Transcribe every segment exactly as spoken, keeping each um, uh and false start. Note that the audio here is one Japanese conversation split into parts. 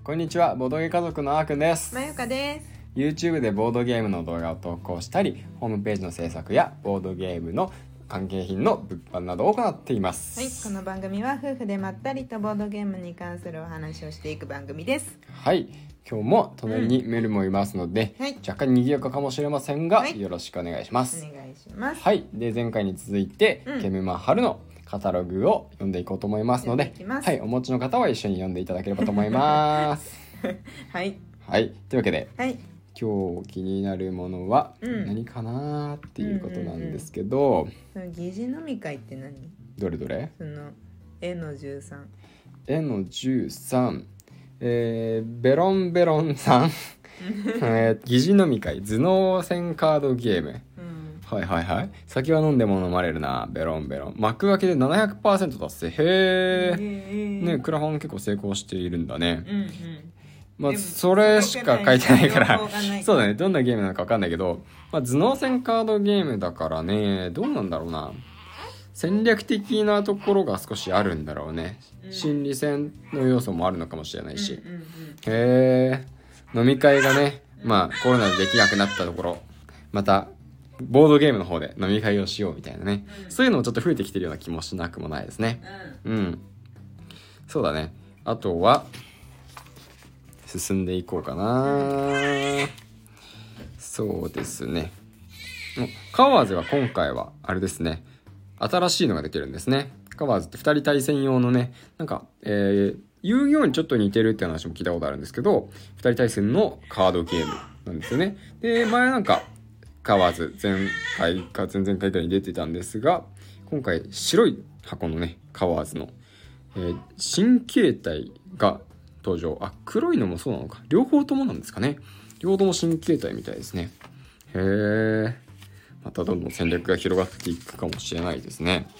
こんにちは、ボードゲー家族のあーくんです。 まゆかです。 YouTube でボードゲームの動画を投稿したり、ホームページの制作やボードゲームの関係品の物販などを行っています。 はい、この番組は夫婦でまったりとボードゲームに関するお話をしていく番組です。 はい、今日も隣にメルもいますので、うん、はい、若干賑やかかもしれませんが、はい、よろしくお願いします。 お願いします。 はい、で前回に続いて、うん、ケムマ春のカタログを読んでいこうと思いますので、はい、お持ちの方は一緒に読んでいただければと思いますはい、 はい、というわけで、 はい、 今日気になるものは何かなっていうことなんですけど、 うんうんうん、疑似飲み会って何？ どれどれ？ その絵のじゅうさん、 絵のじゅうさん、えー、ベロンベロンさんえー、疑似飲み会頭脳戦カードゲーム、うん、はいはいはい。酒は飲んでも飲まれるな、ベロンベロン。幕開けで ななひゃくパーセント 達成。へー、ね、クラファン結構成功しているんだね。うんうん、まあ、それしか書いてないからそうだね、どんなゲームなのか分かんないけど、まあ、頭脳戦カードゲームだからね、どうなんだろうな、戦略的なところが少しあるんだろうね、うん、心理戦の要素もあるのかもしれないし、うんうんうん、へー、飲み会がね、まあコロナでできなくなったところ、またボードゲームの方で飲み会をしようみたいなね、うん、そういうのもちょっと増えてきてるような気もしなくもないですね。うん、うん、そうだね。あとは進んでいこうかな。そうですね、カワーズは今回はあれですね、新しいのができるんですね。カワーズってふたり対戦用のね、なんか、えー、遊戯王にちょっと似てるって話も聞いたことあるんですけど、ふたり対戦のカードゲームなんですよね。で、前なんかカワーズ前回か前々回くらいに出てたんですが、今回白い箱のねカワーズの、えー、新形態が登場。あ、黒いのもそうなのか、両方ともなんですかね。両方とも新形態みたいですね。へー、またどんどん戦略が広がっていくかもしれないですね。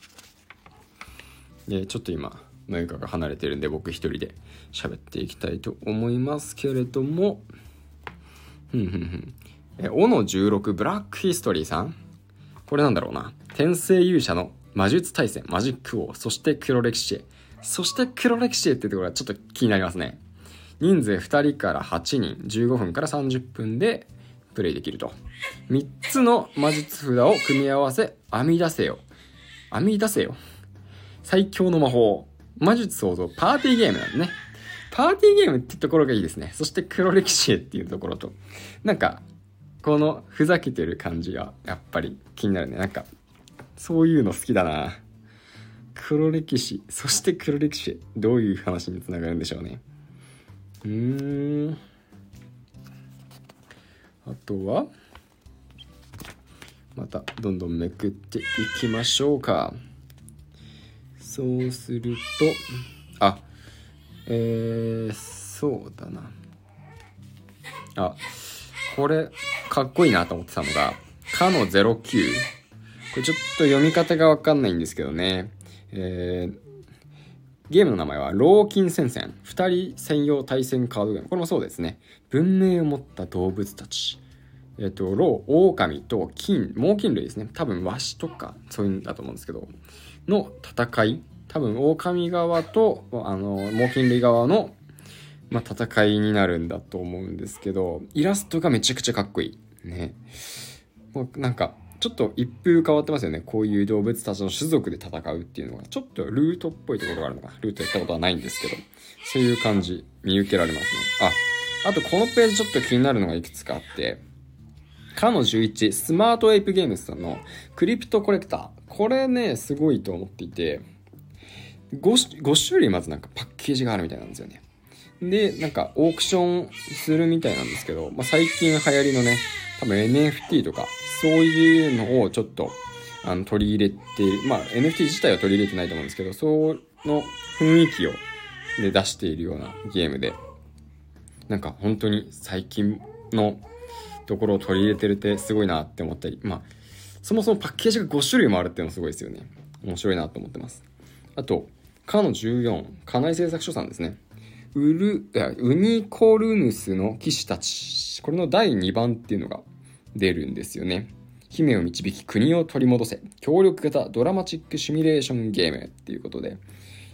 で、ちょっと今マユカが離れてるんで僕一人で喋っていきたいと思いますけれども、ふんふんふん、えオノじゅうろくブラックヒストリーさん、これなんだろうな、天聖勇者の魔術対戦マジック王、そして黒歴史へ、そして黒歴史へっていうところがちょっと気になりますね。人数ふたりからはちにん、じゅうごふんからさんじゅっぷんでプレイできると。みっつの魔術札を組み合わせ編み出せよ編み出せよ最強の魔法、魔術創造パーティーゲームなんね。パーティーゲームってところがいいですね。そして黒歴史へっていうところと、なんかこのふざけてる感じがやっぱり気になるね。なんかそういうの好きだな。黒歴史、そして黒歴史、どういう話につながるんでしょうね。うーん、あとはまたどんどんめくっていきましょうか。そうすると、あ、えー、そうだな、あ、これかっこいいなと思ってたのがかのゼロきゅう、これちょっと読み方がわかんないんですけどね、えー、ゲームの名前はローキン戦線、ふたり専用対戦カードゲーム。これもそうですね。文明を持った動物たち、えっとロー、オオカミと金、猛禽類ですね、多分ワシとかそういうんだと思うんですけどの戦い、多分オオカミ側とあの猛禽類側の、まあ、戦いになるんだと思うんですけど、イラストがめちゃくちゃかっこいいね。もうなんかちょっと一風変わってますよね。こういう動物たちの種族で戦うっていうのがちょっとルートっぽいところがあるのかな。ルートやったことはないんですけど、そういう感じ見受けられますね。あ、あとこのページちょっと気になるのがいくつかあって、かのじゅういち、スマートエイプゲームズさんのクリプトコレクター、これねすごいと思っていて、 5, 5種類まずなんかパッケージがあるみたいなんですよね。で、なんかオークションするみたいなんですけど、まあ、最近流行りのね、多分 エヌエフティー とかそういうのをちょっとあの取り入れている、まあ エヌエフティー 自体は取り入れてないと思うんですけど、その雰囲気をで出しているようなゲームで、なんか本当に最近のところを取り入れてるってすごいなって思ったり、まあそもそもパッケージがご種類もあるっていうのもすごいですよね。面白いなと思ってます。あとかのじゅうよん、家内製作所さんですね。ウルいやウニコルヌスの騎士たち、これのだいにばんっていうのが出るんですよね。姫を導き国を取り戻せ、協力型ドラマチックシミュレーションゲームっていうことで、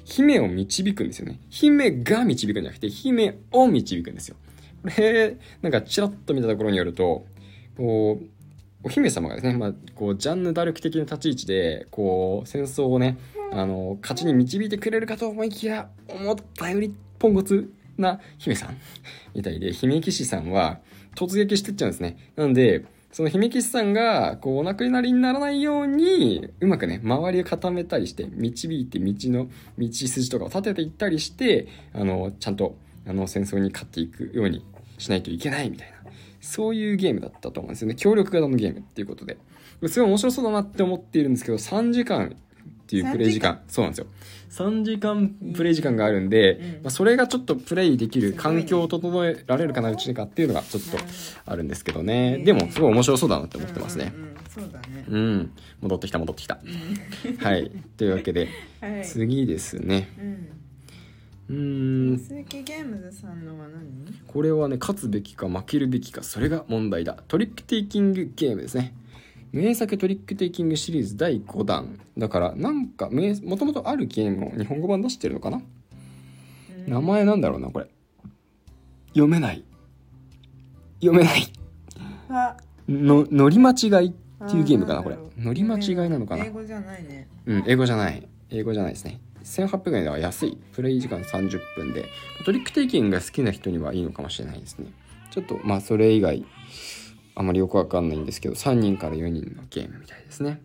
姫を導くんですよね。姫が導くんじゃなくて姫を導くんですよ。これなんかちらっと見たところによると、こうお姫様がですね、まあ、こうジャンヌ・ダルク的な立ち位置でこう戦争をね、あの勝ちに導いてくれるかと思いきや、思ったよりポンコツな姫さんみたいで、姫騎士さんは突撃してっちゃうんですね。なのでその姫騎士さんがこうお亡くなりにならないようにうまくね周りを固めたりして導いて、道の道筋とかを立てていったりして、あのちゃんとあの戦争に勝っていくようにしないといけないみたいな、そういうゲームだったと思うんですよね。協力型のゲームっていうことで、すごい面白そうだなって思っているんですけど、さんじかんっていうプレイ時間、そうなんですよ。さんじかんプレイ時間があるんで、うんまあ、それがちょっとプレイできる環境を整えられるかなうちかっていうのがちょっとあるんですけどね。でもすごい面白そうだなって思ってますね。 うんうんうん、そうだね。 うん、戻ってきた戻ってきた。うん、はい。というわけで、はい、次ですね。うんうーん鈴木ゲームズさんのは何？ これはね、勝つべきか負けるべきか、それが問題だ。トリックテイキングゲームですね。名作トリックテイキングシリーズだいごだんだから、なんかもともとあるゲームの日本語版出してるのかな、うん、名前なんだろうな、これ読めない読めないの乗り間違いっていうゲームかな。これ乗り間違いなのかな。 英語じゃないね。 うん、英語じゃない英語じゃないですね。せんはっぴゃくえんでは安い。プレイ時間さんじゅっぷんで、トリックテイキングが好きな人にはいいのかもしれないですね。ちょっとまあそれ以外あまりよくわかんないんですけど、さんにんからよにんのゲームみたいですね。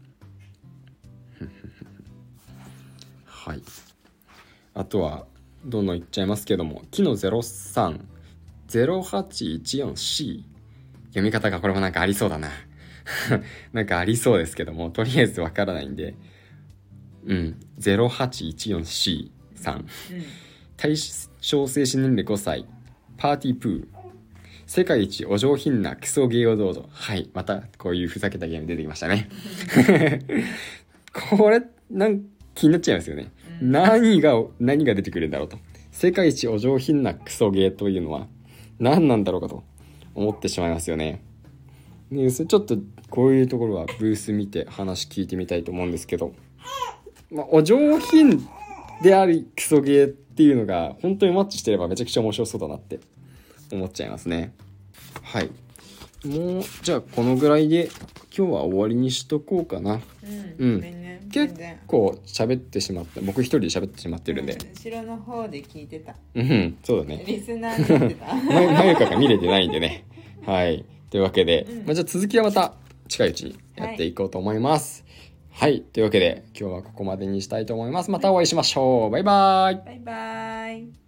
はい。あとはどんどんいっちゃいますけども、キノゼロさん ゼロはちいちよんシー 読み方がこれもなんかありそうだななんかありそうですけども、とりあえずわからないんで、うん、ゼロはちいちよんシー さん、うん、対象精神年齢ごさい、パーティープー、世界一お上品なクソゲーをどうぞ。はい、またこういうふざけたゲーム出てきましたねこれなんか気になっちゃいますよね、うん、何が何が出てくるんだろうと。世界一お上品なクソゲーというのは何なんだろうかと思ってしまいますよね。でちょっとこういうところはブース見て話聞いてみたいと思うんですけど、まあ、お上品でありクソゲーっていうのが本当にマッチしてればめちゃくちゃ面白そうだなって思っちゃいますね。はい、もうじゃあこのぐらいで今日は終わりにしとこうかな。うん、うんね、結構喋ってしまった。僕一人で喋ってしまってるんで、 うん、後ろの方で聞いてた。 うんそうだね。 リスナー見てた前から見れてないんでね。はいというわけで、うんまあ、じゃあ続きはまた近いうちにやっていこうと思います。はい、はい、というわけで今日はここまでにしたいと思います。またお会いしましょう。バイバイ。 バイバイ。